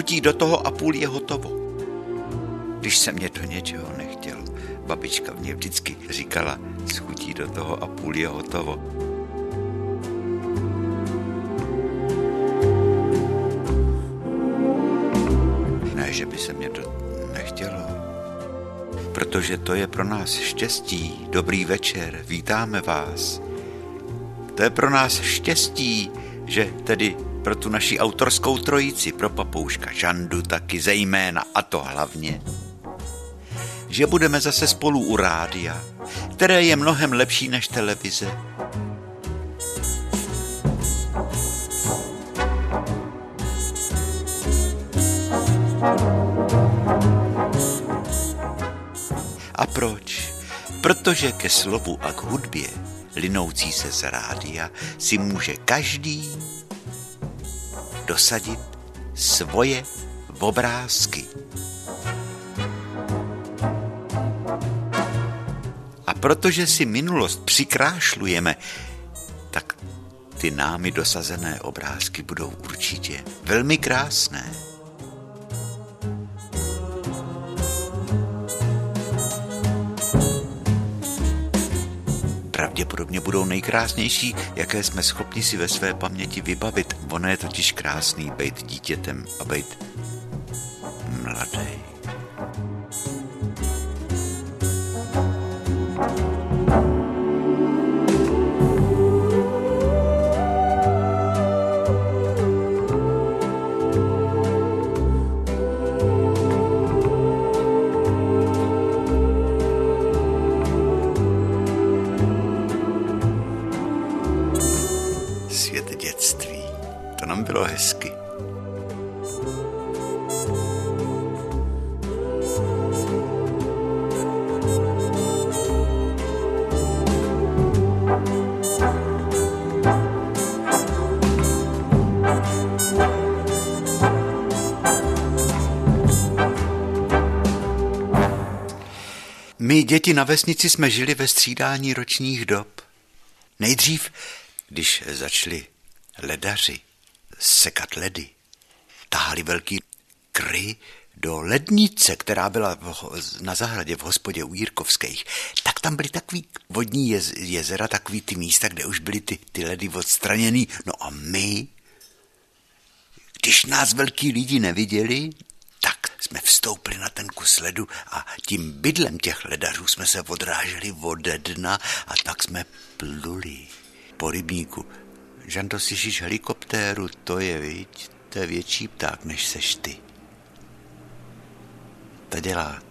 schutí do toho a půl je hotovo. Když se mě do něčeho nechtělo, babička mě vždycky říkala, schutí do toho a půl je hotovo. Ne, že by se mě nechtělo, protože to je pro nás štěstí. Dobrý večer, vítáme vás. To je pro nás štěstí, že tedy pro tu naši autorskou trojici, pro papouška Žandu taky zejména, a to hlavně, že budeme zase spolu u rádia, které je mnohem lepší než televize. A proč? Protože ke slovu a k hudbě, linoucí se z rádia, si může každý dosadit svoje obrázky. A protože si minulost přikrášlujeme, tak ty námi dosazené obrázky budou určitě velmi krásné. Pravděpodobně budou nejkrásnější, jaké jsme schopni si ve své paměti vybavit. Ono je totiž krásný bejt dítětem a bejt mladý. Svět dětství, to nám bylo hezky. My, děti na vesnici, jsme žili ve střídání ročních dob. Nejdřív, když začali ledaři sekat ledy, tahali velký kry do lednice, která byla na zahradě v hospodě u Jirkovských, tak tam byly takový vodní jezera, takový ty místa, kde už byly ty ledy odstraněný. No a my, když nás velký lidi neviděli, tak jsme vstoupili na ten kus ledu a tím bydlem těch ledařů jsme se odráželi ode dna a tak jsme pluli po rybníku. Žando, slyšíš helikoptéru? To je, viď? To je větší pták, než seš ty. Ta dělá.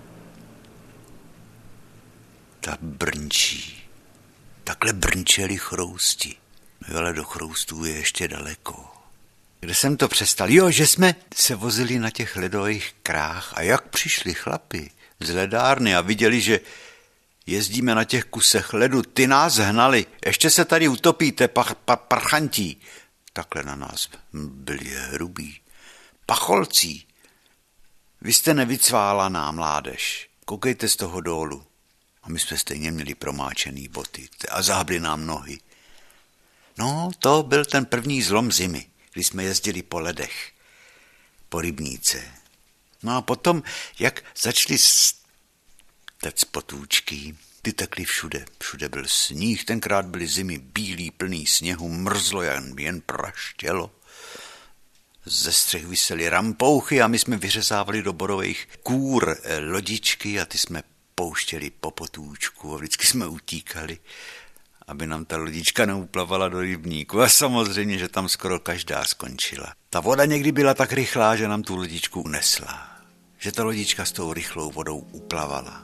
Ta brnčí. Takhle brnčeli chrousti. No ale do chroustů je ještě daleko. Kde jsem to přestal? Jo, že jsme se vozili na těch ledových krách a jak přišli chlapi z ledárny a viděli, že jezdíme na těch kusech ledu, ty nás hnali, ještě se tady utopíte, parchantí. Takhle na nás byli hrubí. Pacholcí, vy jste nevycválaná mládež, koukejte z toho dolů. A my jsme stejně měli promáčený boty a záhbly nám nohy. No, to byl ten první zlom zimy, kdy jsme jezdili po ledech, po rybníce. No a potom, jak začali tec potůčky, ty tekly všude. Všude byl sníh, tenkrát byly zimy bílý, plný sněhu, mrzlo, jen praštělo. Ze střech visely rampouchy a my jsme vyřezávali do borových kůr lodičky a ty jsme pouštěli po potůčku a vždycky jsme utíkali, aby nám ta lodička neuplavala do rybníku. A samozřejmě, že tam skoro každá skončila. Ta voda někdy byla tak rychlá, že nám tu lodičku unesla. Že ta lodička s tou rychlou vodou uplavala.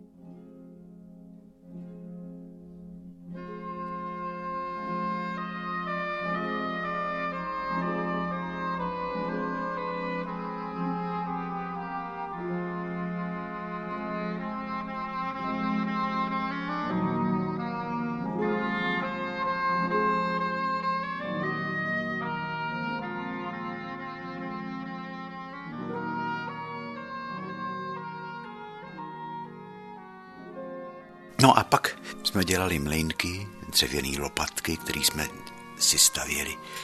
No a pak jsme dělali mlejnky, dřevěný lopatky, které jsme si stavěli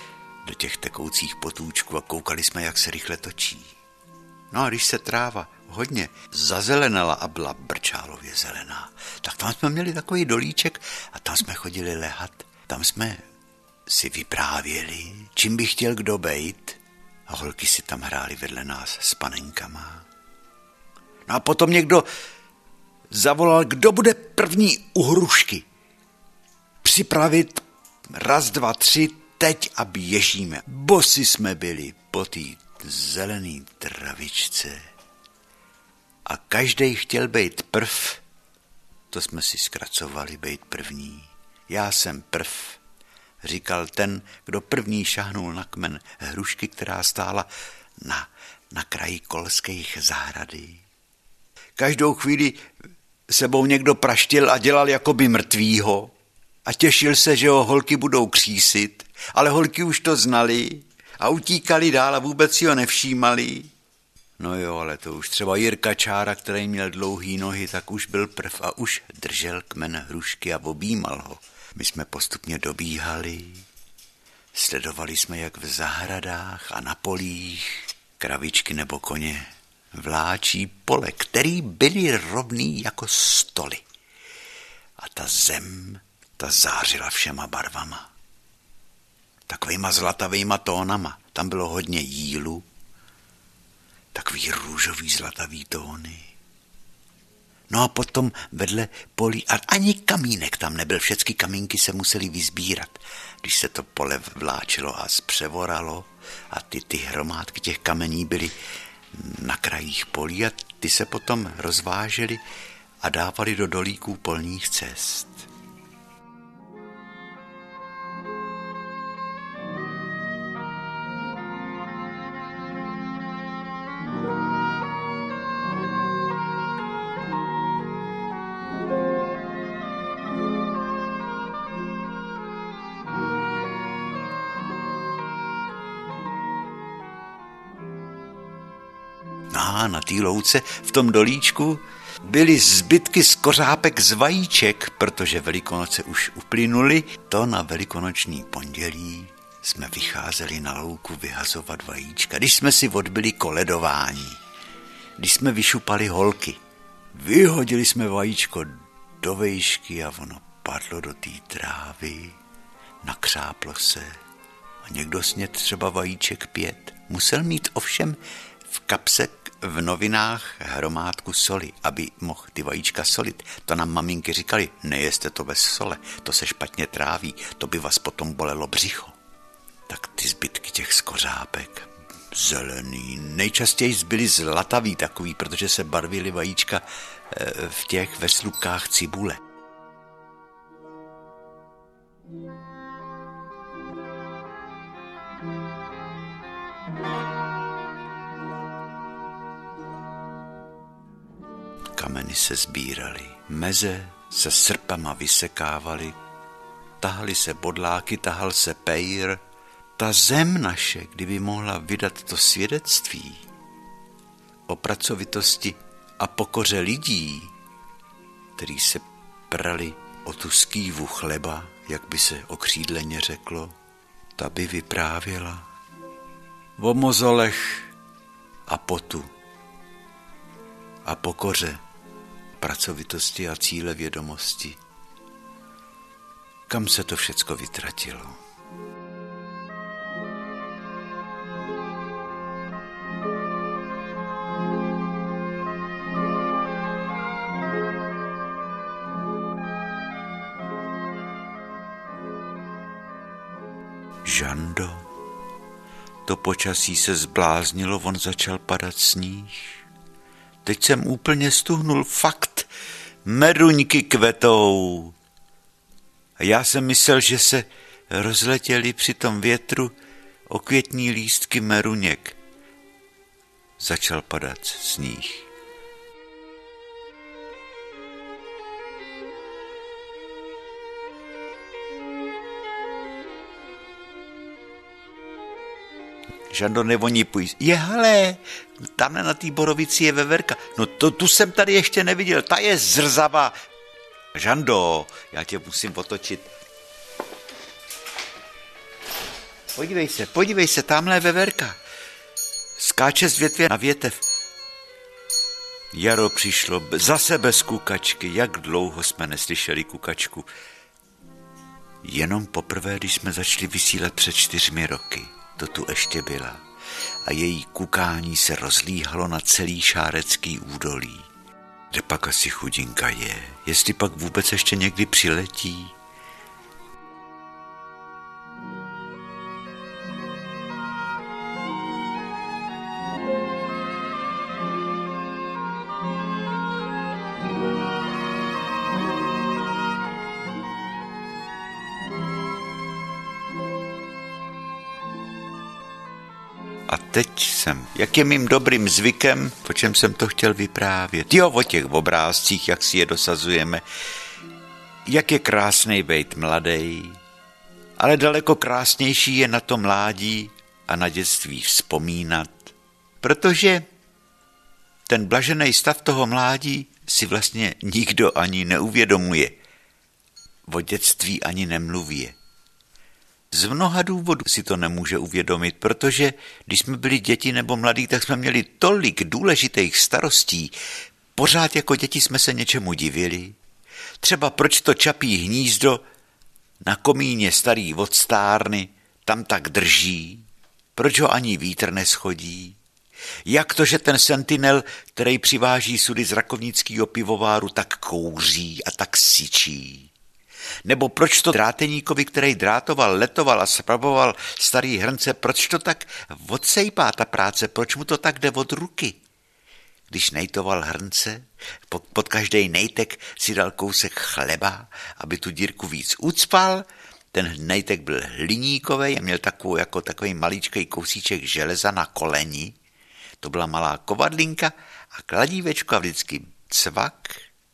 do těch tekoucích potůčků a koukali jsme, jak se rychle točí. No a když se tráva hodně zazelenala a byla brčálově zelená, tak tam jsme měli takový dolíček a tam jsme chodili lehat. Tam jsme si vyprávěli, čím by chtěl kdo bejt, a holky si tam hrály vedle nás s panenkama. No a potom někdo zavolal, kdo bude první u hrušky. Připravit 1, 2, 3, teď a běžíme. Bosy jsme byli po té zelený travičce. A každej chtěl bejt prv, to jsme si zkracovali, bejt první. Já jsem prv, říkal ten, kdo první šahnul na kmen hrušky, která stála na kraji kolských zahrady. Každou chvíli sebou někdo praštil a dělal jakoby mrtvýho a těšil se, že ho holky budou křísit, ale holky už to znali a utíkali dál a vůbec si ho nevšímali. No jo, ale to už třeba Jirka Čára, který měl dlouhý nohy, tak už byl prv a už držel kmen hrušky a objímal ho. My jsme postupně dobíhali, sledovali jsme, jak v zahradách a na polích kravičky nebo koně vláčí pole, který byly rovný jako stoly. A ta zem, ta zářila všema barvama. Takovýma zlatavýma tónama. Tam bylo hodně jílu, takový růžový zlatavý tóny. No a potom vedle polí, a ani kamínek tam nebyl, všechny kamínky se museli vyzbírat. Když se to pole vláčilo a zpřevoralo a ty hromádky těch kamení byly na krajích polí a ty se potom rozvážely a dávali do dolíků polních cest. A na té louce v tom dolíčku byly zbytky z kořápek z vajíček, protože Velikonoce už uplynuly. To na velikonoční pondělí jsme vycházeli na louku vyhazovat vajíčka, když jsme si odbyli koledování, když jsme vyšupali holky. Vyhodili jsme vajíčko do vejšky a ono padlo do té trávy, nakřáplo se a někdo snědl třeba vajíček 5. Musel mít ovšem v kapse v novinách hromádku soli, aby mohl ty vajíčka solit. To nám maminky říkali, nejeste to bez sole, to se špatně tráví, to by vás potom bolelo břicho. Tak ty zbytky těch skořápek, zelený, nejčastěji byly zlatavý takový, protože se barvily vajíčka v těch ve slupkách cibule. Kameny se sbíraly, meze se srpama vysekávaly, tahly se bodláky, tahal se pejr. Ta zem naše, kdyby mohla vydat to svědectví o pracovitosti a pokoře lidí, který se prali o tu skývu chleba, jak by se okřídleně řeklo, ta by vyprávěla o mozolech a potu a pokoře, pracovitosti a cíle vědomosti. Kam se to všecko vytratilo? Žando, to počasí se zbláznilo, on začal padat sníh. Teď jsem úplně stuhnul, fakt, meruňky kvetou. A já jsem myslel, že se rozletěly při tom větru okvětní lístky meruněk. Začal padat sníh. Žando, nevoní, půjď. Je, hele, tamhle na té borovici je veverka. No tu jsem tady ještě neviděl, ta je zrzavá. Žando, já tě musím otočit. Podívej se, tamhle je veverka. Skáče z větve na větev. Jaro přišlo, zase bez kukačky. Jak dlouho jsme neslyšeli kukačku. Jenom poprvé, když jsme začali vysílat před 4 roky. To tu ještě byla. A její kukání se rozlíhalo na celý Šárecký údolí. Kde pak asi chudinka je? Jestli pak vůbec ještě někdy přiletí? A teď jsem, jak je mým dobrým zvykem, o čem jsem to chtěl vyprávět. Jo, o těch obrázcích, jak si je dosazujeme. Jak je krásnej bejt mladej, ale daleko krásnější je na to mládí a na dětství vzpomínat, protože ten blažený stav toho mládí si vlastně nikdo ani neuvědomuje. O dětství ani nemluví. Z mnoha důvodů si to nemůže uvědomit, protože když jsme byli děti nebo mladí, tak jsme měli tolik důležitých starostí. Pořád jako děti jsme se něčemu divili. Třeba proč to čapí hnízdo na komíně starý od stárny tam tak drží, proč ho ani vítr neschodí. Jak to, že ten sentinel, který přiváží sudy z rakovnického pivováru, tak kouří a tak syčí. Nebo proč to dráteníkovi, který drátoval, letoval a spravoval starý hrnce, proč to tak odsejpá ta práce, proč mu to tak jde od ruky? Když nejtoval hrnce, pod každý nejtek si dal kousek chleba, aby tu dírku víc ucpal, ten nejtek byl hliníkový a měl takový maličký kousíček železa na koleni, to byla malá kovadlinka a kladívečko a vždycky cvak,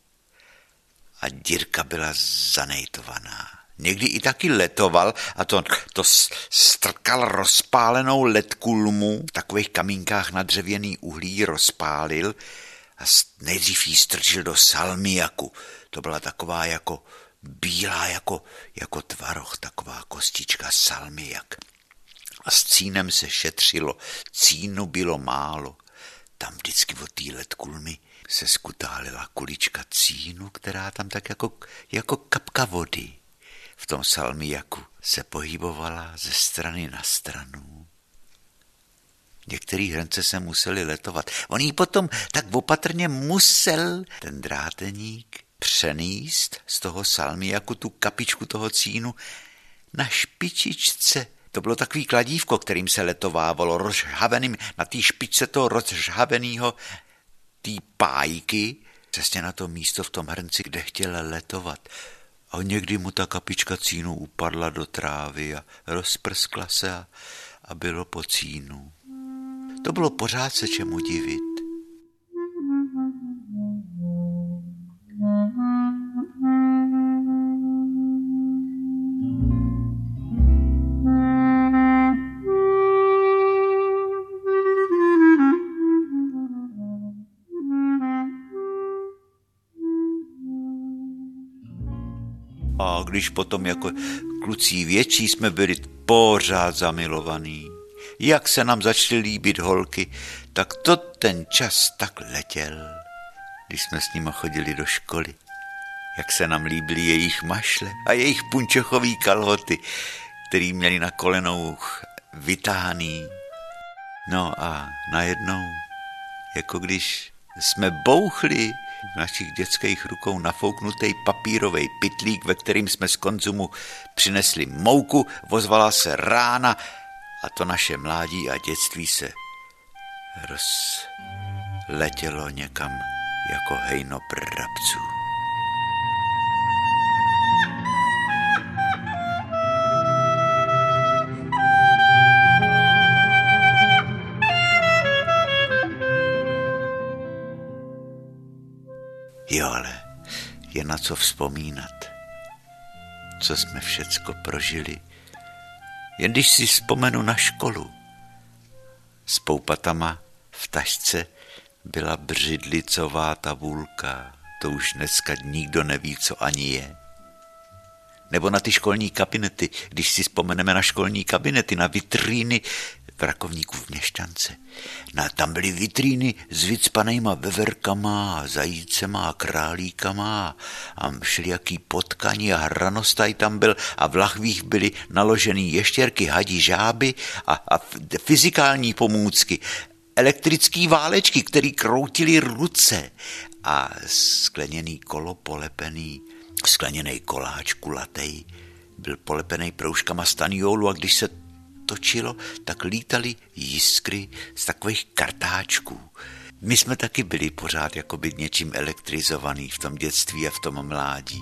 a dírka byla zanejtovaná. Někdy i taky letoval a to strkal rozpálenou ledkulmu v takových kamínkách na dřevěný uhlí rozpálil a nejdřív jí strčil do salmiaku. To byla taková jako bílá, jako tvaroh, taková kostička salmiak. A s cínem se šetřilo, cínu bylo málo. Tam vždycky od té ledkulmy se skutálila kulička cínu, která tam tak jako kapka vody v tom salmiaku se pohybovala ze strany na stranu. Některý hrnce se museli letovat. On jí potom tak opatrně musel ten dráteník přenést z toho salmiaku tu kapičku toho cínu na špičičce. To bylo takový kladívko, kterým se letovávalo, rozžhaveným na té špičce toho rozžhavenýho té pájky, přesně na to místo v tom hrnci, kde chtěl letovat. A někdy mu ta kapička cínu upadla do trávy a rozprskla se a bylo po cínu. To bylo pořád se čemu divit. A když potom jako kluci větší jsme byli pořád zamilovaní, jak se nám začaly líbit holky, tak to ten čas tak letěl, když jsme s nimi chodili do školy. Jak se nám líbily jejich mašle a jejich punčochový kalhoty, který měli na kolenou vytáhaný. No a najednou, jako když jsme bouchli v našich dětských rukou nafouknutý papírový pytlík, ve kterým jsme z konzumu přinesli mouku, ozvala se rána a to naše mládí a dětství se rozletělo někam jako hejno prapců. Jo, ale je na co vzpomínat, co jsme všecko prožili. Jen když si vzpomenu na školu. S poupatama v tašce byla břidlicová tabulka. To už dneska nikdo neví, co ani je. Nebo na ty školní kabinety, když si vzpomeneme na školní kabinety, na vitríny v Rakovníku v Měšťance. Tam byly vitríny s vycpanejma veverkama, zajícema a králíkama a všelijaký potkaní a hranostaj tam byl a v lahvích byly naložený ještěrky, hadi, žáby a fyzikální pomůcky, elektrický válečky, který kroutily ruce a skleněný kolo polepený, skleněný koláč kulatej, byl polepený proužkama staniolu a když se točilo, tak lítaly jiskry z takových kartáčků. My jsme taky byli pořád jakoby něčím elektrizovaný v tom dětství a v tom mládí.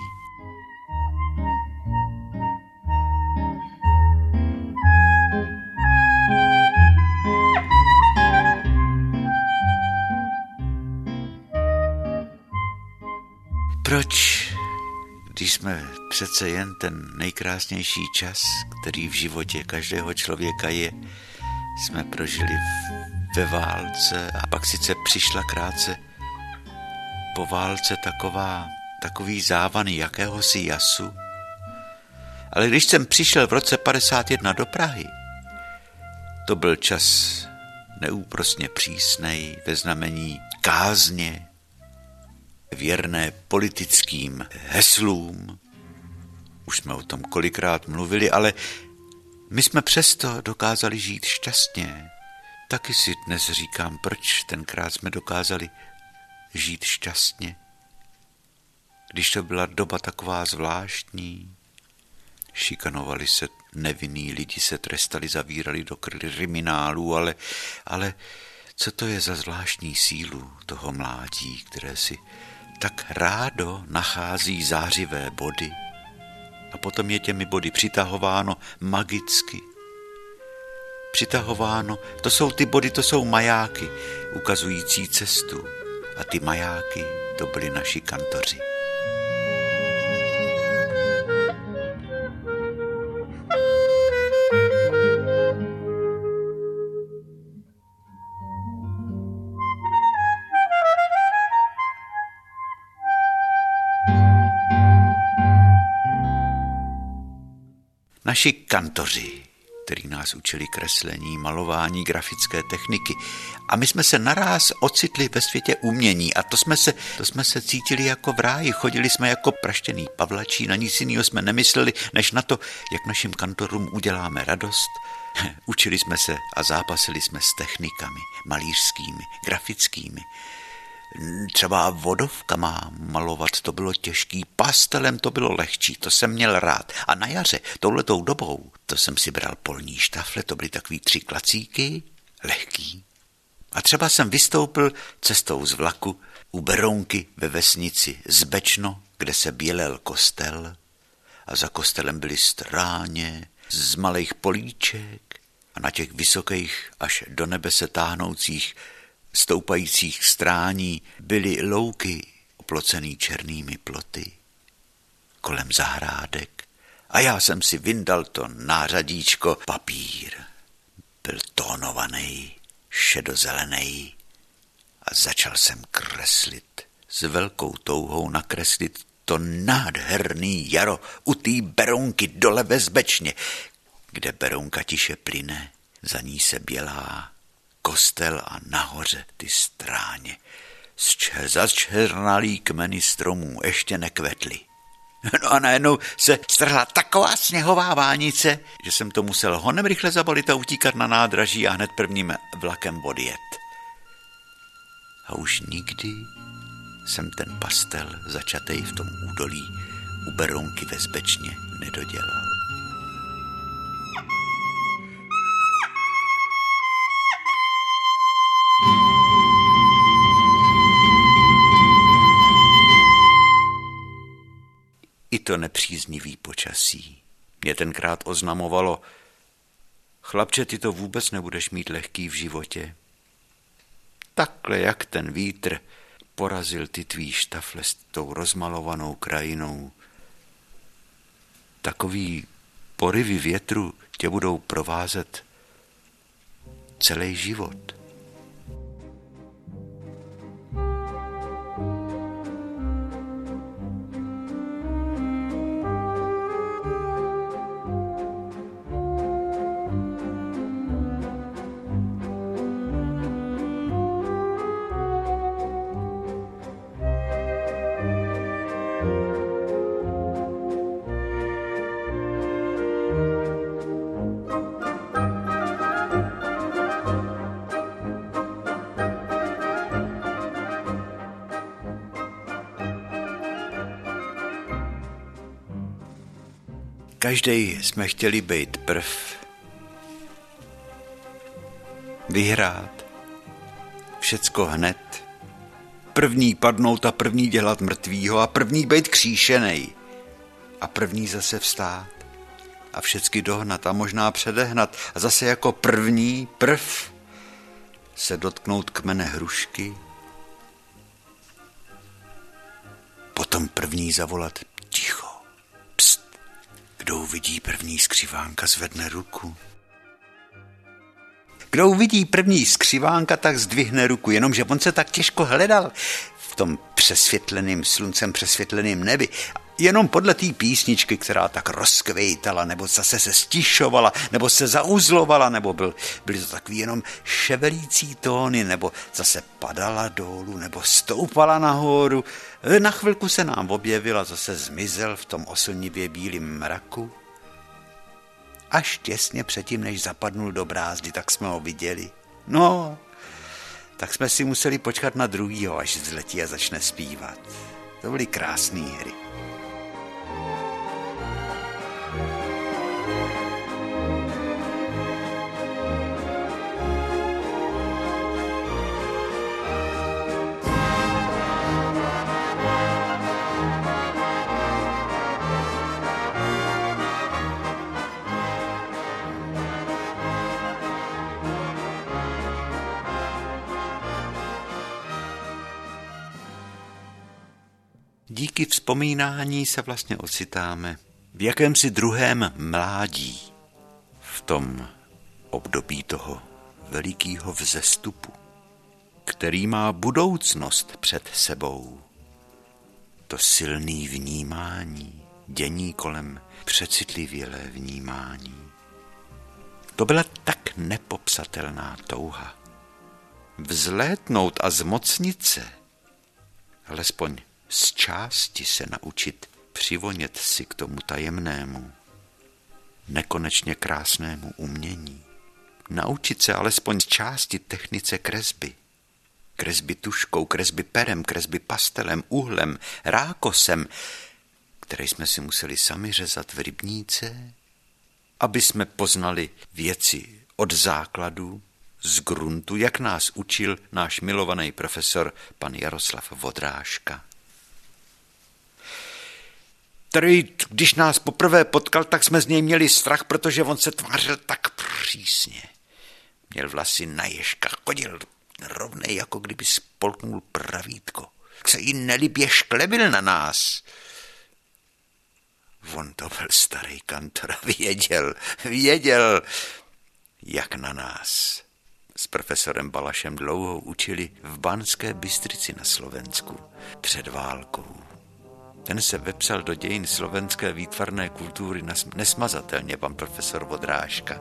Proč, když jsme přece jen ten nejkrásnější čas, který v životě každého člověka je, jsme prožili ve válce a pak sice přišla krátce po válce takový závan jakéhosi jasu. Ale když jsem přišel v roce 51 do Prahy, to byl čas neúprosně přísnej ve znamení kázně, věrné politickým heslům. Už jsme o tom kolikrát mluvili, ale my jsme přesto dokázali žít šťastně. Taky si dnes říkám, proč tenkrát jsme dokázali žít šťastně. Když to byla doba taková zvláštní, šikanovali se nevinní lidi, se trestali, zavírali do kriminálů, ale co to je za zvláštní sílu toho mládí, které si tak rádo nachází zářivé body a potom je těmi body přitahováno magicky. Přitahováno, to jsou ty body, to jsou majáky ukazující cestu a ty majáky, to byli naši kantoři. Naši kantoři, který nás učili kreslení, malování, grafické techniky. A my jsme se naráz ocitli ve světě umění a to jsme se cítili jako v ráji. Chodili jsme jako praštěný pavlačí, na nic jiného jsme nemysleli, než na to, jak našim kantorům uděláme radost. Učili jsme se a zápasili jsme s technikami, malířskými, grafickými. Třeba vodovkama malovat to bylo těžký, pastelem to bylo lehčí, to jsem měl rád. A na jaře, touhletou dobou, to jsem si bral polní štafle, to byly takový 3 klacíky, lehký. A třeba jsem vystoupil cestou z vlaku u Berounky ve vesnici Zbečno, kde se bělel kostel a za kostelem byly stráně z malých políček a na těch vysokých až do nebe se táhnoucích stoupajících strání byly louky oplocený černými ploty kolem zahrádek a já jsem si vyndal to nářadíčko papír. Byl tónovaný, šedozelený a začal jsem kreslit s velkou touhou nakreslit to nádherný jaro u té Berounky dole ve Zbečně, kde Berounka tiše plyne, za ní se bělá kostel a nahoře ty stráně. Začernalý kmeny stromů ještě nekvetly. No a najednou se strhla taková sněhová vánice, že jsem to musel honem rychle zabalit a utíkat na nádraží a hned prvním vlakem odjet. A už nikdy jsem ten pastel začatej v tom údolí u Berounky ve Zbečně nedodělal. I to nepříznivý počasí mě tenkrát oznamovalo: chlapče, ty to vůbec nebudeš mít lehký v životě. Takhle, jak ten vítr porazil ty tvý štafle s tou rozmalovanou krajinou, takový porivy větru tě budou provázet celý život. Každej jsme chtěli být prv, vyhrát, všecko hned, první padnout a první dělat mrtvýho a první být kříšenej a první zase vstát a všecky dohnat a možná předehnat a zase jako první prv se dotknout kmene hrušky, potom první zavolat ticho, pst, kdo uvidí první skřivánka, zvedne ruku. Kdo uvidí první skřivánka, tak zdvihne ruku, jenomže on se tak těžko hledal v tom přesvětleným sluncem přesvětleným nebi. Jenom podle té písničky, která tak rozkvejtala, nebo zase se stišovala, nebo se zauzlovala, nebo byly to takový jenom ševelící tóny, nebo zase padala dolů, nebo stoupala nahoru. Na chvilku se nám objevila, zase zmizel v tom oslnivě bílým mraku. Až těsně předtím, než zapadnul do brázdy, tak jsme ho viděli. No, tak jsme si museli počkat na druhýho, až zletí a začne zpívat. To byly krásné hry. Díky vzpomínání se vlastně ocitáme v jakémsi druhém mládí, v tom období toho velikého vzestupu, který má budoucnost před sebou. To silné vnímání, dění kolem přecitlivělé vnímání. To byla tak nepopsatelná touha. Vzlétnout a zmocnit se, alespoň z části se naučit přivonět si k tomu tajemnému, nekonečně krásnému umění. Naučit se alespoň z části technice kresby. Kresby tuškou, kresby perem, kresby pastelem, uhlem, rákosem, které jsme si museli sami řezat v rybníce, aby jsme poznali věci od základu, z gruntu, jak nás učil náš milovaný profesor pan Jaroslav Vodrážka. Který, když nás poprvé potkal, tak jsme z něj měli strach, protože on se tvářil tak přísně. Měl vlasy na ježka, chodil rovnej, jako kdyby spolknul pravítko. Tak se jí nelibě šklebil na nás. On to byl starý kantor a věděl, jak na nás. S profesorem Balašem dlouho učili v Banské Bystrici na Slovensku před válkou. Ten se vepsal do dějin slovenské výtvarné kultury nesmazatelně, pan profesor Vodrážka.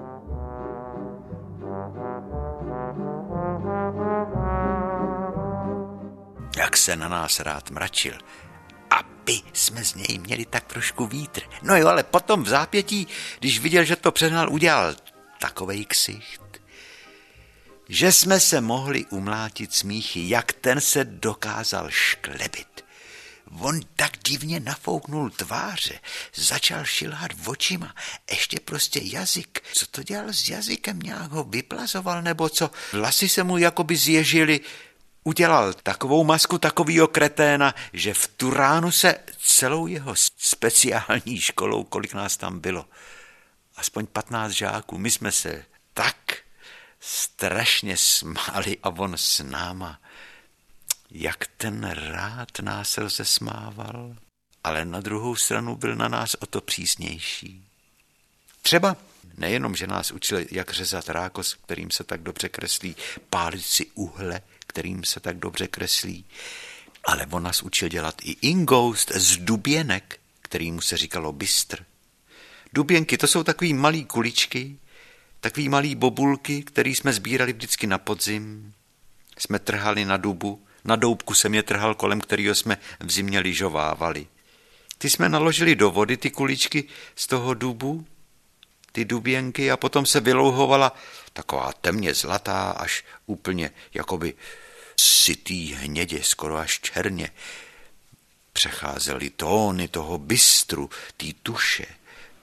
Jak se na nás rád mračil, aby jsme z něj měli tak trošku vítr. No jo, ale potom v zápětí, když viděl, že to přehnal, udělal takovej ksicht, že jsme se mohli umlátit smíchy, jak ten se dokázal šklebit. On tak divně nafouknul tváře, začal šilhat očima, ještě prostě jazyk. Co to dělal s jazykem? Nějak ho vyplazoval nebo co? Vlasy se mu jakoby zježily. Udělal takovou masku takovýho kreténa, že v tu ránu se celou jeho speciální školou, kolik nás tam bylo, aspoň 15 žáků, my jsme se tak strašně smáli a on s náma. Jak ten rád nás rozesmával, ale na druhou stranu byl na nás o to přísnější. Třeba nejenom, že nás učil, jak řezat rákos, kterým se tak dobře kreslí, pálit si uhle, kterým se tak dobře kreslí, ale on nás učil dělat i ingoust z duběnek, kterýmu se říkalo bystr. Duběnky, to jsou takový malý kuličky, takový malý bobulky, který jsme sbírali vždycky na podzim. Jsme trhali na dubu, na doubku jsem je trhal, kolem kterého jsme v zimě lyžovávali. Ty jsme naložili do vody, ty kuličky z toho dubu, ty duběnky, a potom se vylouhovala taková temně zlatá, až úplně jakoby sytý hnědě, skoro až černě. Přecházely tóny toho bystru, té tuše,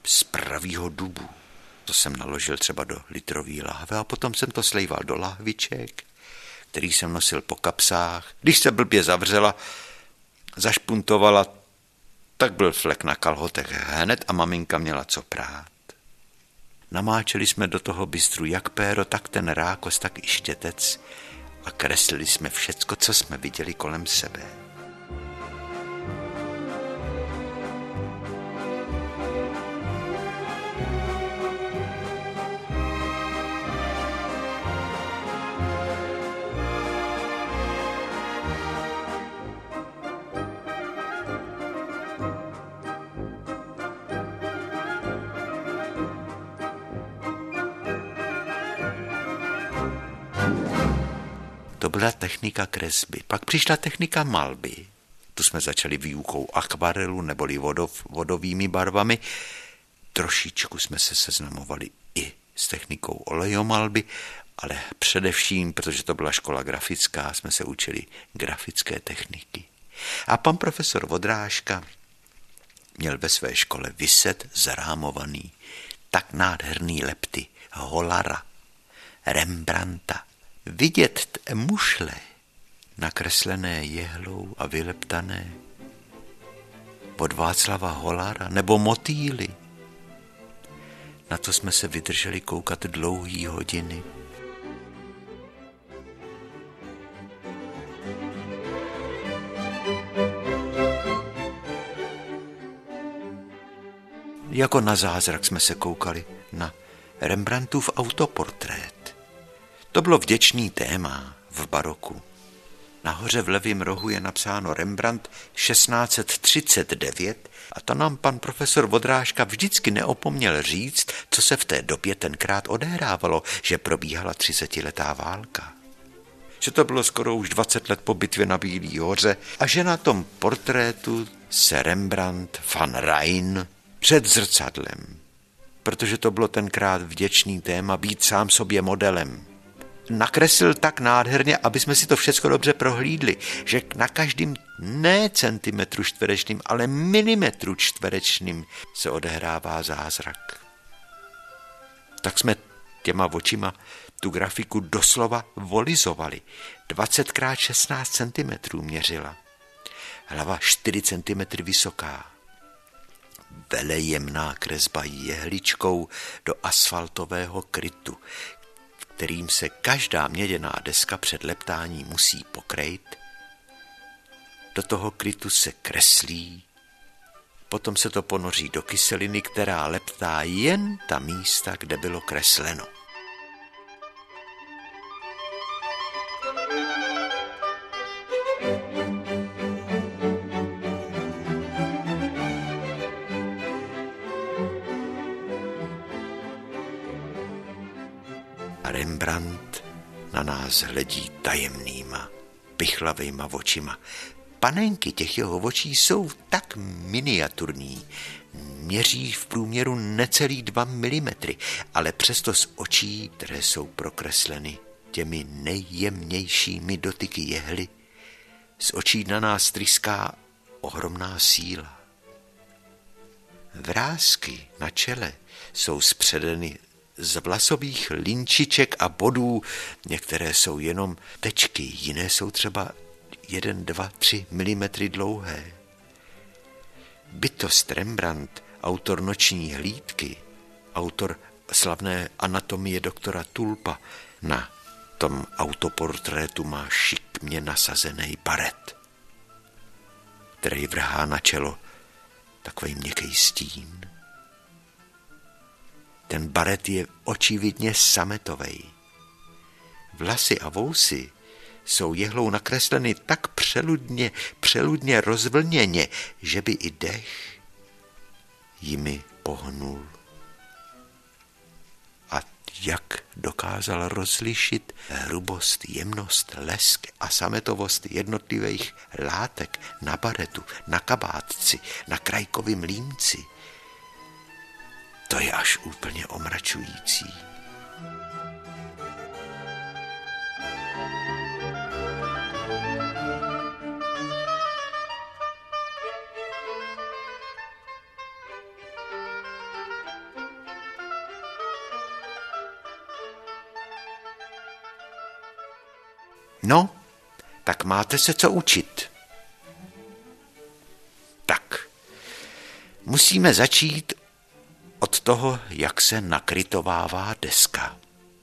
z pravýho dubu. To jsem naložil třeba do litrové lahve a potom jsem to slejval do lahviček, který jsem nosil po kapsách. Když se blbě zavřela, zašpuntovala, tak byl flek na kalhotech hned a maminka měla co prát. Namáčeli jsme do toho bystru jak péro, tak ten rákos, tak i štětec a kreslili jsme všecko, co jsme viděli kolem sebe. To byla technika kresby. Pak přišla technika malby. Tu jsme začali výukou akvarelu neboli vodovými barvami. Trošičku jsme se seznamovali i s technikou olejomalby, ale především, protože to byla škola grafická, jsme se učili grafické techniky. A pan profesor Vodrážka měl ve své škole viset zarámovaný tak nádherný lepty Hollara, Rembrandta, vidět mušle nakreslené jehlou a vyleptané od Václava Hollara nebo motýly. Na to jsme se vydrželi koukat dlouhý hodiny. Jako na zázrak jsme se koukali na Rembrandtův autoportrét. To bylo vděčný téma v baroku. Nahoře v levém rohu je napsáno Rembrandt 1639 a to nám pan profesor Vodrážka vždycky neopomněl říct, co se v té době tenkrát odehrávalo, že probíhala 30letá válka. Že to bylo skoro už 20 let po bitvě na Bílý hoře a že na tom portrétu se Rembrandt van Rijn před zrcadlem, protože to bylo tenkrát vděčný téma být sám sobě modelem. Nakreslil tak nádherně, aby jsme si to všechno dobře prohlídli, že na každém ne centimetru čtverečným, ale milimetru čtverečným se odehrává zázrak. Tak jsme těma očima tu grafiku doslova volizovali. 20x16 cm měřila. Hlava 4 cm vysoká. Velejemná kresba jehličkou do asfaltového krytu, kterým se každá měděná deska před leptáním musí pokrejt. Do toho krytu se kreslí, potom se to ponoří do kyseliny, která leptá jen ta místa, kde bylo kresleno. A Rembrandt na nás hledí tajemnýma, pichlavejma očima. Panenky těch jeho očí jsou tak miniaturní, měří v průměru necelý 2 mm, ale přesto z očí, které jsou prokresleny těmi nejjemnějšími dotyky jehly, z očí na nás tryská ohromná síla. Vrásky na čele jsou spředeny z vlasových linčiček a bodů, některé jsou jenom tečky, jiné jsou třeba 1, 2, 3 mm dlouhé. Bytost Rembrandt, autor Noční hlídky, autor slavné anatomie doktora Tulpa, na tom autoportrétu má šikmě nasazený baret, který vrhá na čelo takový měkký stín. Ten baret je očividně sametovej. Vlasy a vousy jsou jehlou nakresleny tak přeludně rozvlněně, že by i dech jimi pohnul. A jak dokázal rozlišit hrubost, jemnost, lesk a sametovost jednotlivých látek na baretu, na kabátci, na krajkovém límci, to je až úplně omračující. No, tak máte se co učit. Tak, musíme začít od toho, jak se nakrytovává deska.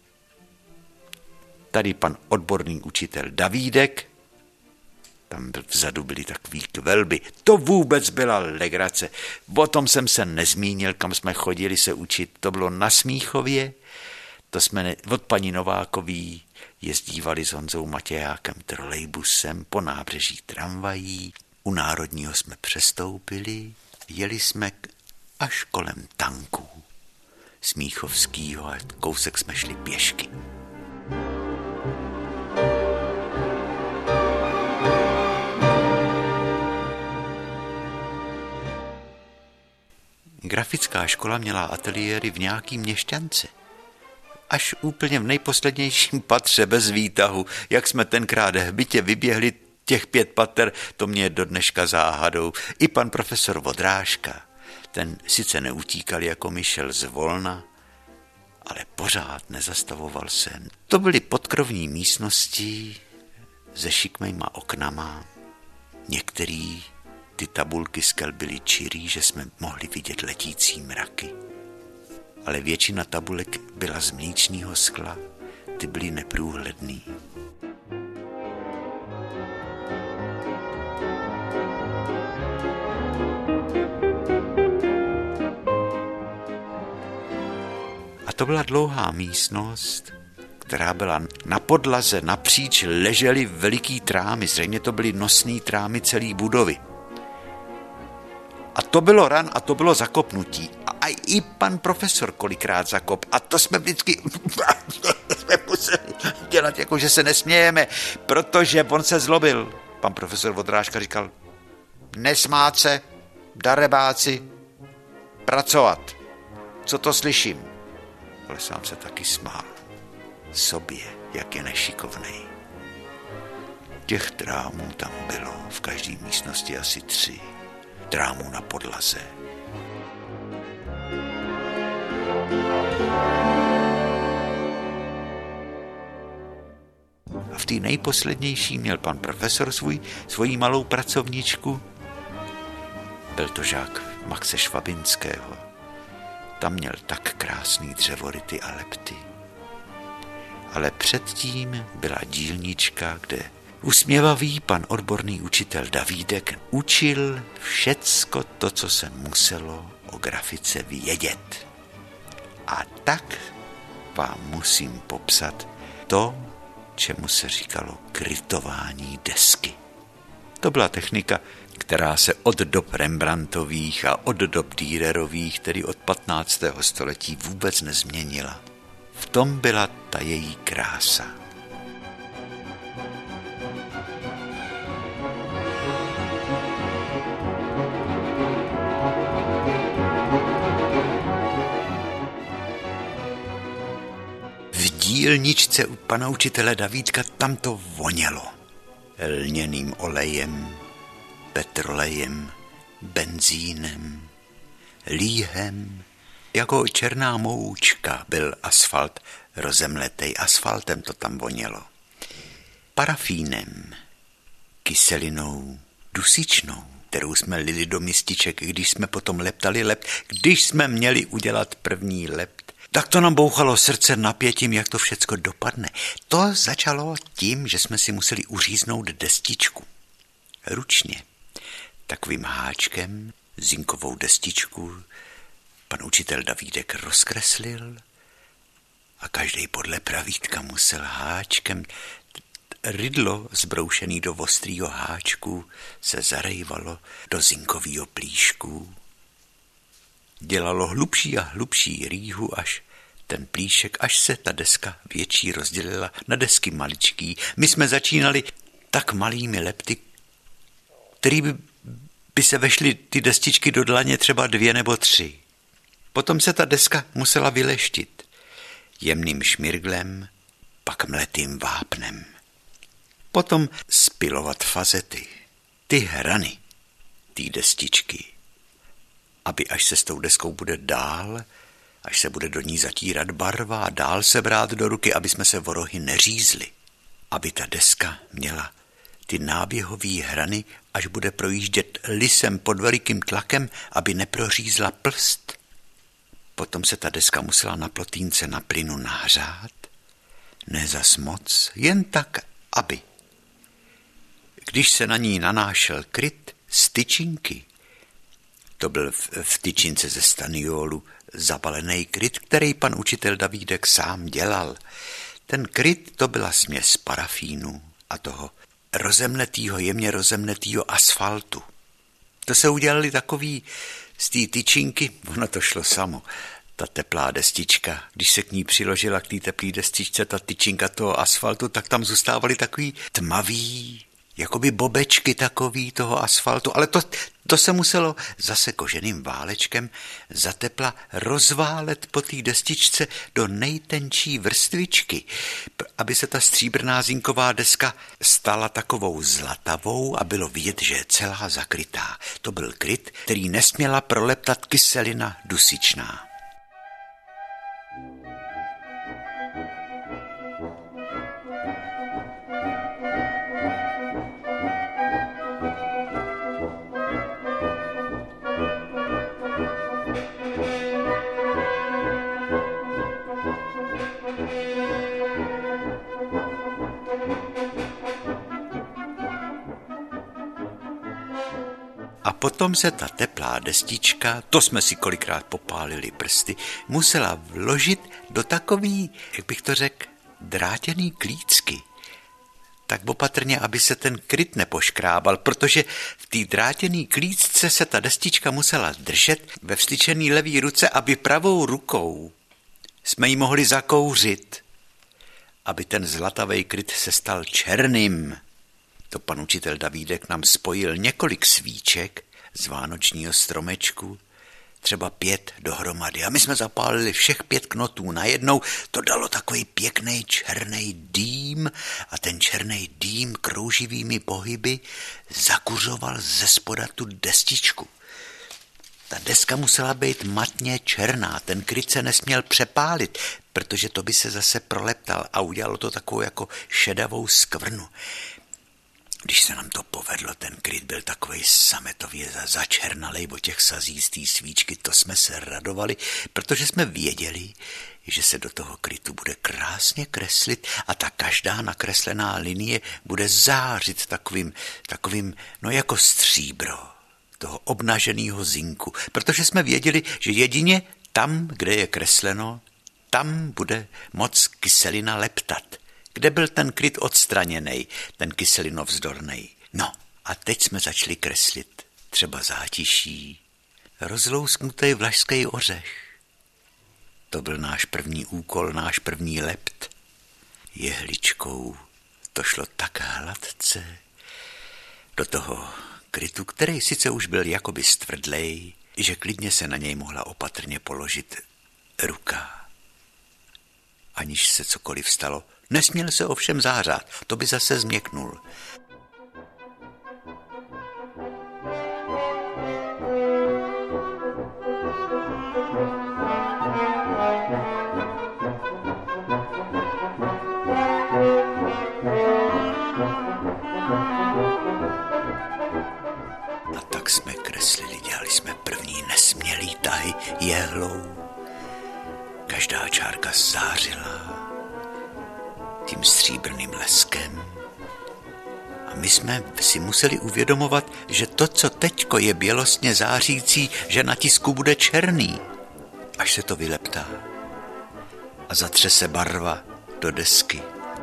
Tady pan odborný učitel Davídek, tam vzadu byly takový kvelby. To vůbec byla legrace. O tom jsem se nezmínil, kam jsme chodili se učit. To bylo na Smíchově. To jsme od paní Novákový jezdívali s Honzou Matějákem trolejbusem po nábřeží tramvají. U Národního jsme přestoupili. Jeli jsme až kolem tanků Smíchovskýho a kousek jsme šli pěšky. Grafická škola měla ateliéry v nějaký měšťance. Až úplně v nejposlednějším patře bez výtahu, jak jsme tenkrát hbitě vyběhli těch 5 pater, to mě je do dneška záhadou. I pan profesor Vodrážka, ten sice neutíkal jako myšel zvolna, ale pořád nezastavoval se. To byly podkrovní místnosti se šikmejma oknama. Některý ty tabulky skel byly čirý, že jsme mohli vidět letící mraky. Ale většina tabulek byla z mlýčného skla, ty byly neprůhledný. A to byla dlouhá místnost, která byla na podlaze, napříč ležely veliký trámy, zřejmě to byly nosný trámy celé budovy. A to bylo ran a to bylo zakopnutí. A i pan profesor kolikrát zakop. A to jsme vždycky jsme museli dělat, jako že se nesmějeme, protože on se zlobil. Pan profesor Vodrážka říkal, nesmát se, darebáci, pracovat. Co to slyším? Ale sám se taky smál. Sobě, jak je nešikovnej. Těch trámů tam bylo v každé místnosti asi 3. Trámů na podlaze. A v té nejposlednější měl pan profesor svoji malou pracovničku. Byl to žák Maxe Švabinského. Tam měl tak krásný dřevoryty a lepty. Ale předtím byla dílnička, kde usměvavý pan odborný učitel Davídek učil všecko to, co se muselo o grafice vědět. A tak vám musím popsat to, čemu se říkalo krytování desky. To byla technika, která se od dob Rembrandtových a od dob Dürerových, tedy od 15. století, vůbec nezměnila. V tom byla ta její krása. V dílničce u pana učitele Davídka tam to vonělo. Lněným olejem, petrolejem, benzínem, líhem. Jako černá moučka byl asfalt, rozemletej asfaltem to tam vonělo. Parafínem, kyselinou dusičnou, kterou jsme lili do mističek, když jsme potom leptali lept. Když jsme měli udělat první lept, tak to nám bouchalo srdce napětím, jak to všecko dopadne. To začalo tím, že jsme si museli uříznout destičku. Ručně. Takovým háčkem, zinkovou destičku, pan učitel Davídek rozkreslil a každý podle pravítka musel háčkem. Rydlo zbroušený do ostrýho háčku se zarejvalo do zinkovýho plíšku. Dělalo hlubší a hlubší rýhu, až ten plíšek, až se ta deska větší rozdělila na desky maličký. My jsme začínali tak malými lepty, který by se vešly ty destičky do dlaně třeba 2 nebo 3. Potom se ta deska musela vyleštit jemným šmirglem, pak mletým vápnem. Potom spilovat fazety, ty hrany, ty destičky, aby až se s tou deskou bude dál, až se bude do ní zatírat barva a dál se brát do ruky, aby jsme se vorohy neřízli. aby ta deska měla ty náběhové hrany, až bude projíždět lisem pod velikým tlakem, aby neprořízla plst. Potom se ta deska musela na plotínce na plynu nahřát, ne zas moc, jen tak, aby. Když se na ní nanášel kryt z tyčinky, to byl v tyčince ze staniolu zabalený kryt, který pan učitel Davídek sám dělal. Ten kryt to byla směs parafínu a toho jemně rozemletýho asfaltu. To se udělali takový z té tyčinky, ono to šlo samo, ta teplá destička. Když se k ní přiložila k té teplé destičce ta tyčinka toho asfaltu, tak tam zůstávaly takový tmavý, jakoby bobečky takový toho asfaltu, ale to se muselo zase koženým válečkem za tepla rozválet po té destičce do nejtenčí vrstvičky, aby se ta stříbrná zinková deska stala takovou zlatavou a bylo vidět, že je celá zakrytá. To byl kryt, který nesměla proleptat kyselina dusičná. A potom se ta teplá destička, to jsme si kolikrát popálili prsty, musela vložit do takový, jak bych to řekl, drátěný klícky. Tak opatrně, aby se ten kryt nepoškrábal, protože v té drátěný klícce se ta destička musela držet ve vstyčený levý ruce, aby pravou rukou jsme ji mohli zakouřit, aby ten zlatavý kryt se stal černým. To pan učitel Davídek nám spojil několik svíček z vánočního stromečku, třeba 5 dohromady. A my jsme zapálili všech 5 knotů najednou. To dalo takový pěkný černý dým a ten černý dým krouživými pohyby zakuřoval ze spoda tu destičku. Ta deska musela být matně černá, ten kryt se nesměl přepálit, protože to by se zase proleptal a udělalo to takovou jako šedavou skvrnu. Když se nám to povedlo, ten kryt byl takovej sametově začernalej o těch sazí z té svíčky, to jsme se radovali, protože jsme věděli, že se do toho krytu bude krásně kreslit a ta každá nakreslená linie bude zářit takovým, no jako stříbro toho obnaženého zinku, protože jsme věděli, že jedině tam, kde je kresleno, tam bude moc kyselina leptat. Kde byl ten kryt odstraněnej, ten kyselinovzdornej. No a teď jsme začali kreslit třeba zátiší, rozlousknutý vlašský ořech. To byl náš první úkol, náš první lept. Jehličkou to šlo tak hladce do toho krytu, který sice už byl jakoby stvrdlej, že klidně se na něj mohla opatrně položit ruka, aniž se cokoliv stalo. Nesměl se ovšem zářát, to by zase změknul. A tak jsme kreslili, dělali jsme první nesmělý tahy jehlou. Každá čárka zářila tím stříbrným leskem. A my jsme si museli uvědomovat, že to, co teďko je bělostně zářící, že na tisku bude černý, až se to vyleptá a zatře se barva do desky.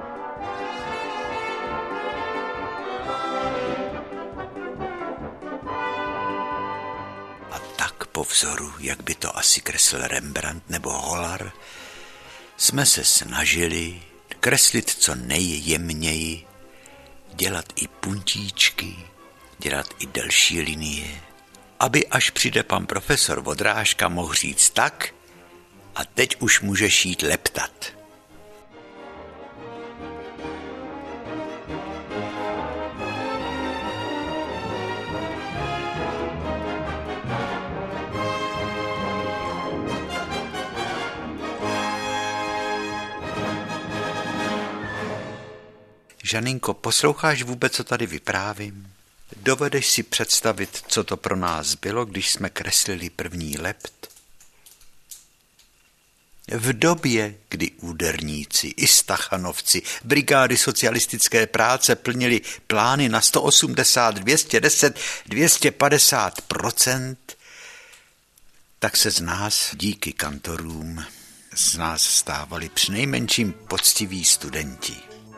A tak po vzoru, jak by to asi kreslil Rembrandt nebo Hollar, jsme se snažili kreslit co nejjemněji, dělat i puntíčky, dělat i delší linie, aby až přijde pan profesor Vodrážka, mohl říct tak a teď už můžeš jít leptat. Žaninko, posloucháš vůbec, co tady vyprávím? Dovedeš si představit, co to pro nás bylo, když jsme kreslili první lept? V době, kdy úderníci i stachanovci brigády socialistické práce plnili plány na 180, 210, 250%, tak se z nás, díky kantorům, z nás stávali přinejmenším poctiví studenti.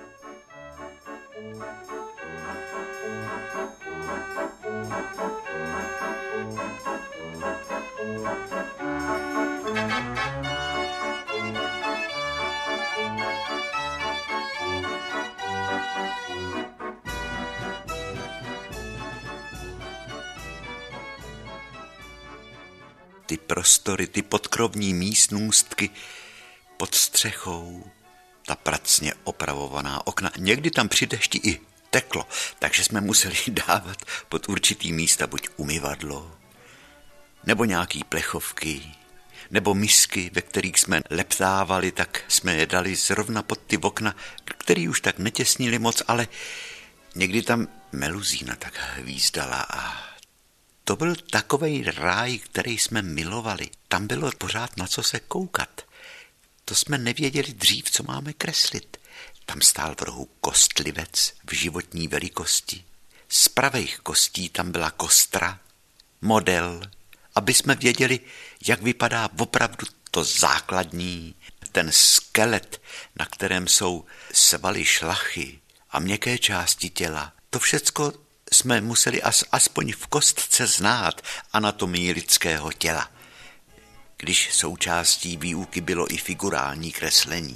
Ty prostory, ty podkrovní místnůstky pod střechou, ta pracně opravovaná okna. Někdy tam při dešti i teklo, takže jsme museli dávat pod určitý místa buď umyvadlo, nebo nějaký plechovky, nebo misky, ve kterých jsme leptávali, tak jsme je dali zrovna pod ty okna, který už tak netěsnili moc, ale někdy tam meluzína tak hvízdala a to byl takovej ráj, který jsme milovali. Tam bylo pořád na co se koukat. To jsme nevěděli dřív, co máme kreslit. Tam stál v rohu kostlivec v životní velikosti. Z pravých kostí tam byla kostra, model, aby jsme věděli, jak vypadá opravdu to základní, ten skelet, na kterém jsou svaly šlachy a měkké části těla. To všecko jsme museli aspoň v kostce znát anatomii lidského těla, když součástí výuky bylo i figurální kreslení.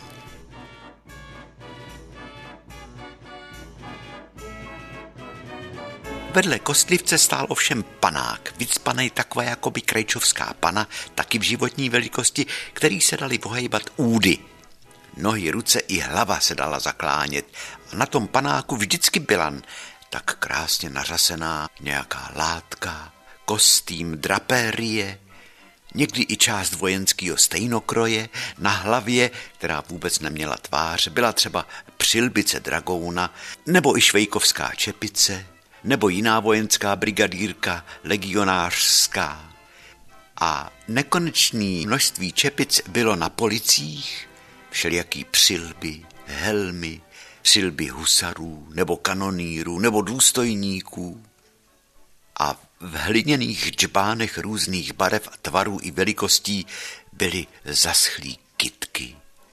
Vedle kostlivce stál ovšem panák, vycpanej taková jakoby krejčovská pana, taky v životní velikosti, který se dali pohejbat údy. Nohy, ruce i hlava se dala zaklánět a na tom panáku vždycky byla tak krásně nařasená nějaká látka, kostým, drapérie, někdy i část vojenského stejnokroje, na hlavě, která vůbec neměla tvář, byla třeba přilbice dragouna, nebo i švejkovská čepice, nebo jiná vojenská brigadírka, legionářská. A nekonečné množství čepic bylo na policích, všelijaký přilby, helmy, přilby husarů, nebo kanonýrů, nebo důstojníků. A v hliněných džbánech různých barev a tvarů i velikostí byly zaschlý kytky.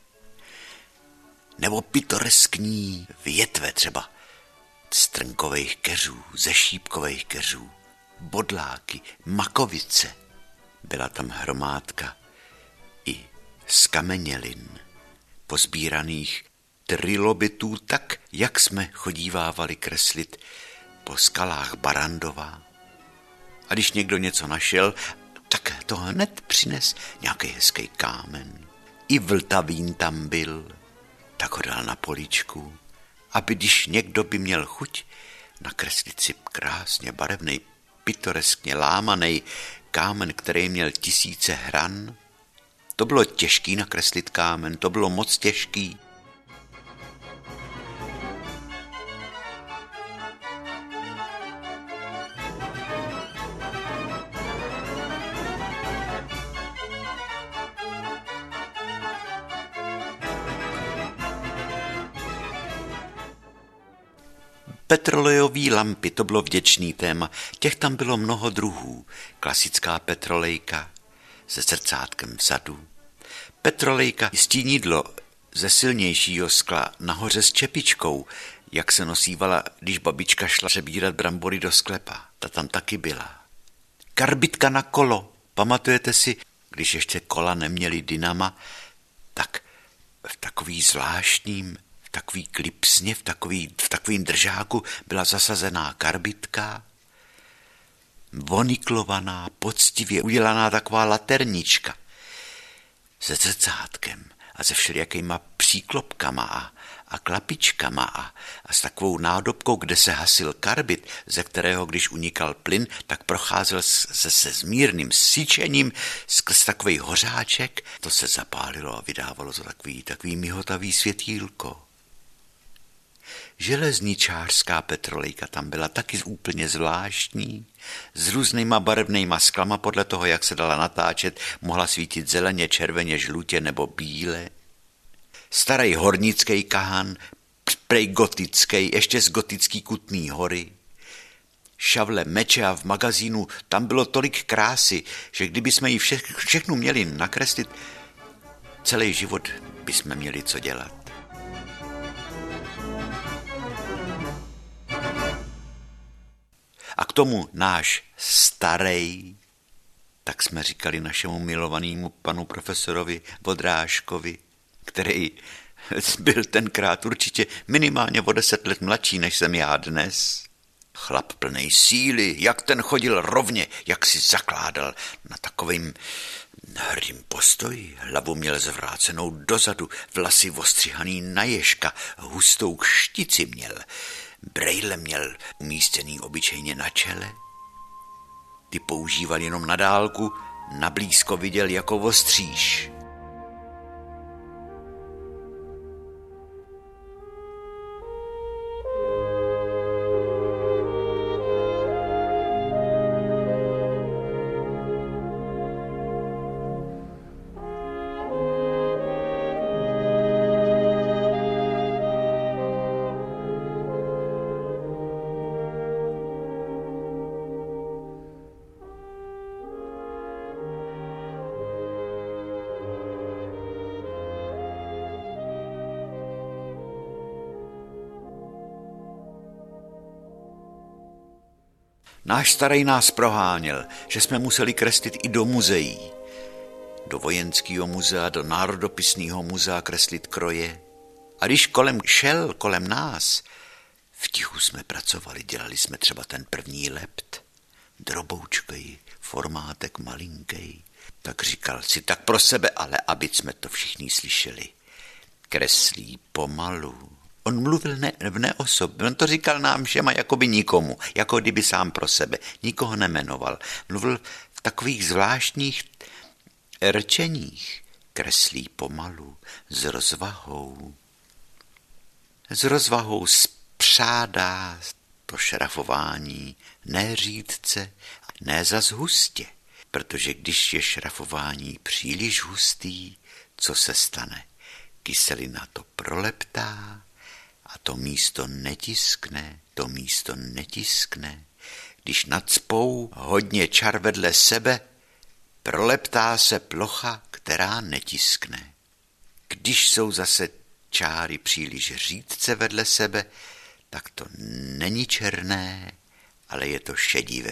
Nebo pitoreskní větve třeba strnkových keřů, ze šípkových keřů, bodláky, makovice. Byla tam hromádka i z kamenělin, pozbíraných trilobitů, tak, jak jsme chodívávali kreslit po skalách Barandova. A když někdo něco našel, tak to hned přines nějaký hezký kámen. I vltavín tam byl, tak ho dal na poličku, aby když někdo by měl chuť nakreslit si krásně barevnej, pitoreskně lámanej kámen, který měl 1000 hran. To bylo těžký nakreslit kámen, to bylo moc těžký. Petrolejové lampy, to bylo vděčný téma, těch tam bylo mnoho druhů. Klasická petrolejka se zrcátkem vzadu. Petrolejka stínidlo ze silnějšího skla nahoře s čepičkou, jak se nosívala, když babička šla přebírat brambory do sklepa. Ta tam taky byla. Karbitka na kolo, pamatujete si, když ještě kola neměly dynama, tak v takový zvláštním, v takový klipsně, v takovým držáku byla zasazená karbitka, voniklovaná, poctivě udělaná taková laternička se zrcátkem a se všelijakýma příklopkama a klapičkama a s takovou nádobkou, kde se hasil karbid, ze kterého, když unikal plyn, tak procházel se smírným syčením skrz takový hořáček. To se zapálilo a vydávalo to takový mihotavý světýlko. Železničářská petrolejka tam byla taky úplně zvláštní, s různýma barevnýma sklama podle toho, jak se dala natáčet, mohla svítit zeleně, červeně, žlutě nebo bíle. Starý hornický kahan, prej gotický, ještě z gotický Kutný Hory. Šavle, meče a v magazínu tam bylo tolik krásy, že kdyby jsme ji všechnu měli nakreslit, celý život bychom měli co dělat. A k tomu náš starej, tak jsme říkali našemu milovanému panu profesorovi Vodrážkovi, který byl tenkrát určitě minimálně o 10 let mladší, než jsem já dnes. Chlap plnej síly, jak ten chodil rovně, jak si zakládal na takovým hrdým postoji. Hlavu měl zvrácenou dozadu, vlasy ostřihaný na ježka, hustou štici měl. Brejle měl umístěný obyčejně na čele. Ty používal jenom na dálku, na blízko viděl jako ostříž. Náš starej nás proháněl, že jsme museli kreslit i do muzeí. Do vojenského muzea, do národopisného muzea kreslit kroje. A když kolem nás, v tichu jsme pracovali, dělali jsme třeba ten první lept, droboučkej, formátek malinkej. Tak říkal si tak pro sebe, ale aby jsme to všichni slyšeli. Kreslí pomalu. On mluvil v neosobě, on to říkal nám všema jakoby nikomu, jako kdyby sám pro sebe, nikoho nemenoval. Mluvil v takových zvláštních rčeních, kreslí pomalu, s rozvahou. S rozvahou spřádá to šrafování, ne řídce, ne zas hustě, protože když je šrafování příliš hustý, co se stane? Kyselina to proleptá, a to místo netiskne. Když nacpou hodně čar vedle sebe, proleptá se plocha, která netiskne. Když jsou zase čáry příliš řídce vedle sebe, tak to není černé, ale je to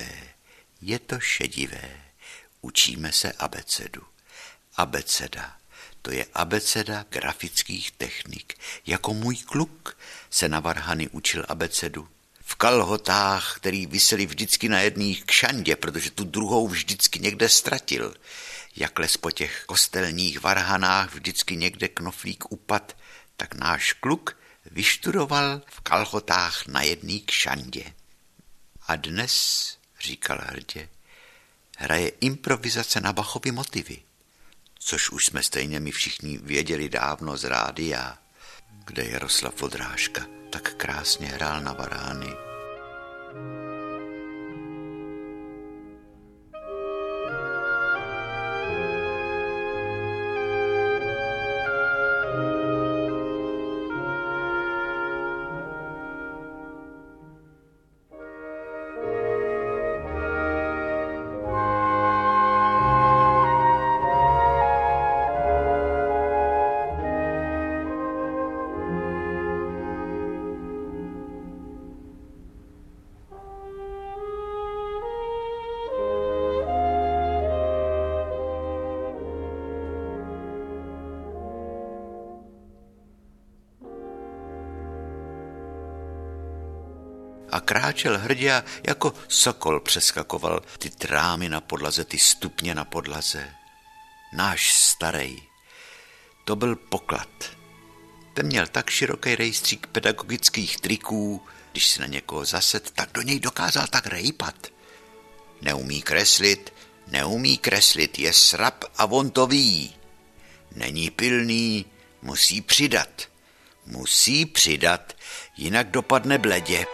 šedivé. Učíme se abecedu. Abeceda. To je abeceda grafických technik. Jako můj kluk se na varhany učil abecedu. V kalhotách, který visely vždycky na jedné kšandě, protože tu druhou vždycky někde ztratil. Jak les po těch kostelních varhanách vždycky někde knoflík upad, tak náš kluk vyštudoval v kalhotách na jedné kšandě. A dnes, říkal hrdě, hraje improvizace na Bachovy motivy. Což už jsme stejně my všichni věděli dávno z rádia, kde Jaroslav Vodrážka tak krásně hrál na varhany. A kráčel hrdě a jako sokol přeskakoval ty trámy na podlaze, ty stupně na podlaze. Náš starej, to byl poklad. Ten měl tak široký rejstřík pedagogických triků, když si na někoho zased, tak do něj dokázal tak rejpat. Neumí kreslit, je srab a on to ví. Není pilný, musí přidat. Musí přidat, jinak dopadne bledě.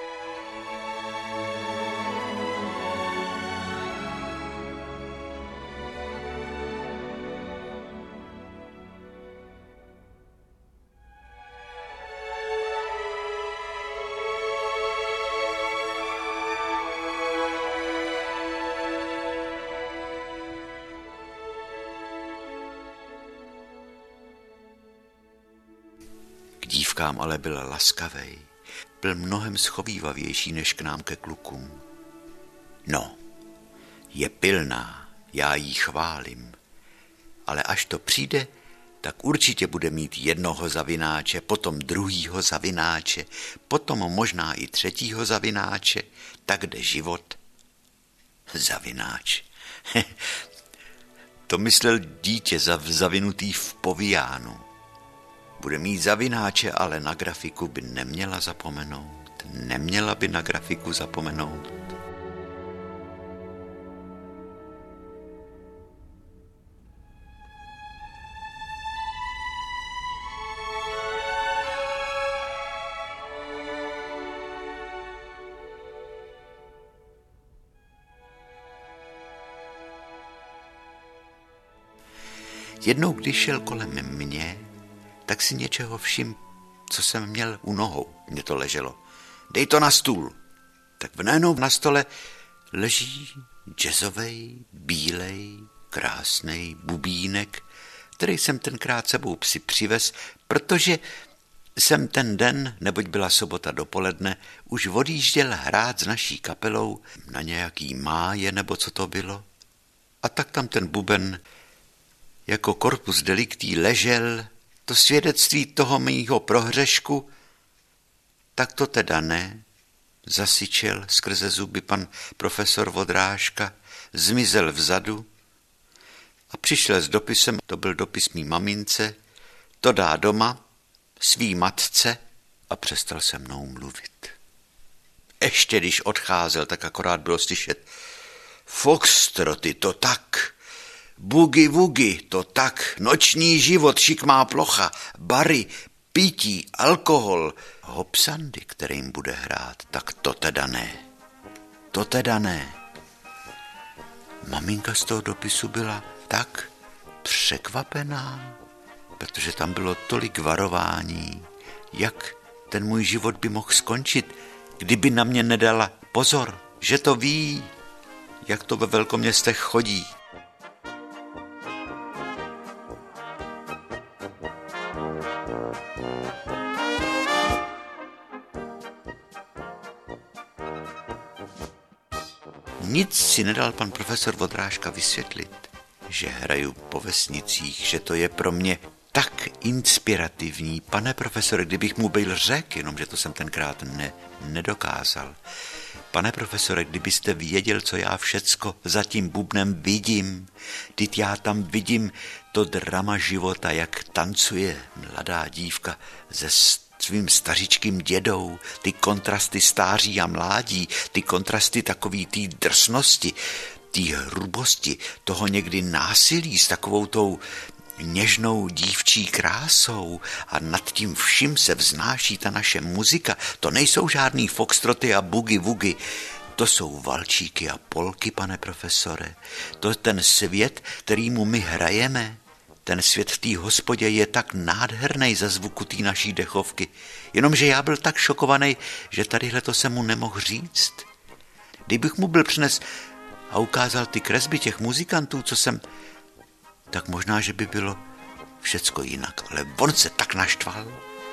Dívkám ale byl laskavej, byl mnohem schovývavější než k nám ke klukům. No, je pilná, já jí chválím, ale až to přijde, tak určitě bude mít jednoho zavináče, potom druhýho zavináče, potom možná i třetího zavináče, tak jde život. Zavináč. To myslel dítě zavinutý v povijánu. Bude mít zavináče, ale na grafiku by neměla zapomenout. Neměla by na grafiku zapomenout. Jednou, když šel kolem mě, tak si něčeho všim, co jsem měl u nohou. Mně to leželo. Dej to na stůl. Tak najednou na stole leží jazzovej, bílej, krásnej bubínek, který jsem tenkrát sebou si přivez, protože jsem ten den, neboť byla sobota dopoledne, už odjížděl hrát s naší kapelou na nějaký máje, nebo co to bylo. A tak tam ten buben jako corpus delicti ležel, to svědectví toho mýho prohřešku, tak to teda ne, zasyčel skrze zuby pan profesor Vodrážka, zmizel vzadu a přišel s dopisem, to byl dopis mý mamince, to dá doma, svý matce a přestal se mnou mluvit. Ještě když odcházel, tak akorát bylo slyšet foxtroty, to tak, bugi vugi, to tak, noční život, šikmá plocha, bary, pití, alkohol, hopsandy, kterým bude hrát, tak to teda ne. To teda ne. Maminka z toho dopisu byla tak překvapená, protože tam bylo tolik varování, jak ten můj život by mohl skončit, kdyby na mě nedala pozor, že to ví, jak to ve velkoměstech chodí. Nic si nedal pan profesor Vodrážka vysvětlit, že hraju po vesnicích, že to je pro mě tak inspirativní. Pane profesore, kdybych mu byl řekl, jenomže to jsem tenkrát nedokázal. Pane profesore, kdybyste věděl, co já všecko za tím bubnem vidím, teď já tam vidím to drama života, jak tancuje mladá dívka se svým stařičkým dědou, ty kontrasty stáří a mládí, ty kontrasty takový té drsnosti, té hrubosti, toho někdy násilí s takovou tou něžnou dívčí krásou a nad tím vším se vznáší ta naše muzika. To nejsou žádný foxtroty a bugi vugi, to jsou valčíky a polky, pane profesore. To je ten svět, kterýmu my hrajeme. Ten svět v té hospodě je tak nádherný za zvuku té naší dechovky. Jenomže já byl tak šokovaný, že tadyhle to jsem mu nemohl říct. Kdybych mu byl přines a ukázal ty kresby těch muzikantů, co jsem, tak možná, že by bylo všecko jinak. Ale on se tak naštval.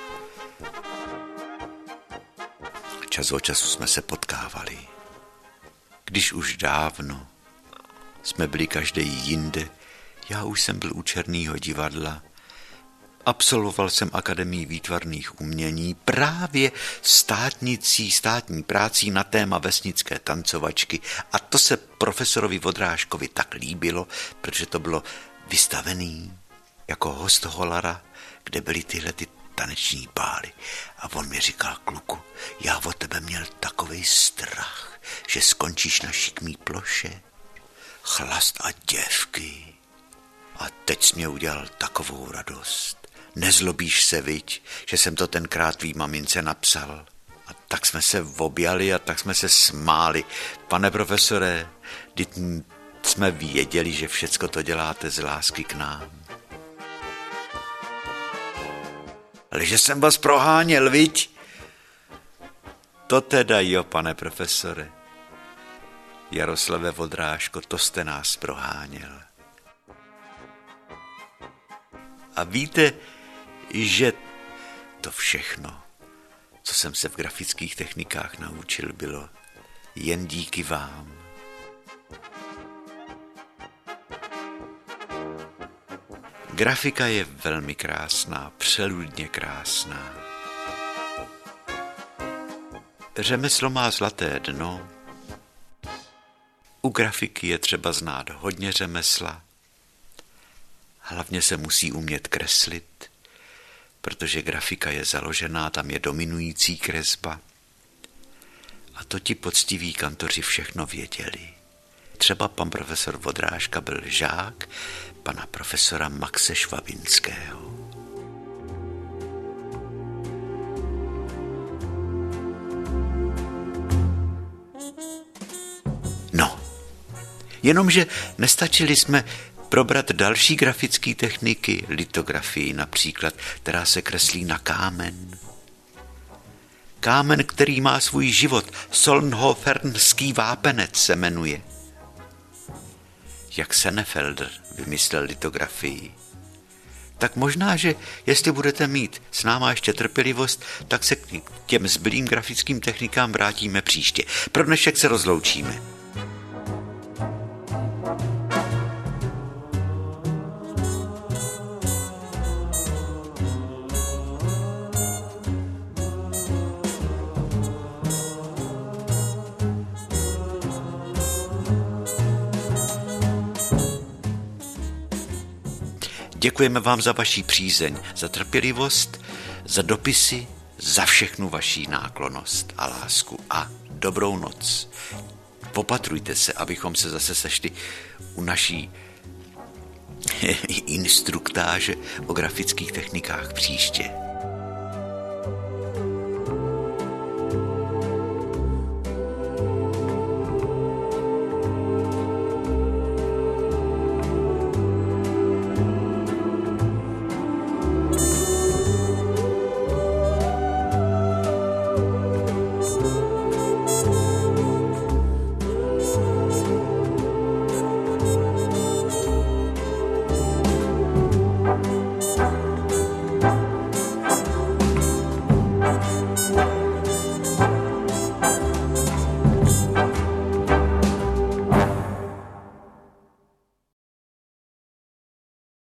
Čas od času jsme se potkávali. Když už dávno jsme byli každý jinde, já už jsem byl u Černýho divadla. Absolvoval jsem Akademii výtvarných umění právě státní prácí na téma vesnické tancovačky a to se profesorovi Vodrážkovi tak líbilo, protože to bylo vystavený jako host Holara, kde byly tyhle ty taneční bály. A on mi říkal, kluku, já o tebe měl takovej strach, že skončíš na šikmý ploše, chlast a děvky. A teď jsi mě udělal takovou radost. nezlobíš se, viď, že jsem to tenkrát tvý mamince napsal. A tak jsme se objali a tak jsme se smáli. Pane profesore, vždyť jsme věděli, že všecko to děláte z lásky k nám. Ale že jsem vás proháněl, viď? To teda jo, pane profesore. Jaroslave Vodrážko, to jste nás proháněl. A víte, že to všechno, co jsem se v grafických technikách naučil, bylo jen díky vám. Grafika je velmi krásná, přeludně krásná. Řemeslo má zlaté dno. U grafiky je třeba znát hodně řemesla. Hlavně se musí umět kreslit, protože grafika je založená, tam je dominující kresba. A to ti poctiví kantoři všechno věděli. Třeba pan profesor Vodrážka byl žák pana profesora Maxe Švabinského. No, jenomže nestačili jsme probrat další grafické techniky, litografii například, která se kreslí na kámen. Kámen, který má svůj život, Solnhofernský vápenec se jmenuje. Jak Senefelder vymyslel litografii. Tak možná, že jestli budete mít s náma ještě trpělivost, tak se k těm zbylým grafickým technikám vrátíme příště. Pro dnešek se rozloučíme. Děkujeme vám za vaši přízeň, za trpělivost, za dopisy, za všechnu vaši náklonnost a lásku a dobrou noc. Opatrujte se, abychom se zase sešli u naší instruktáže o grafických technikách příště.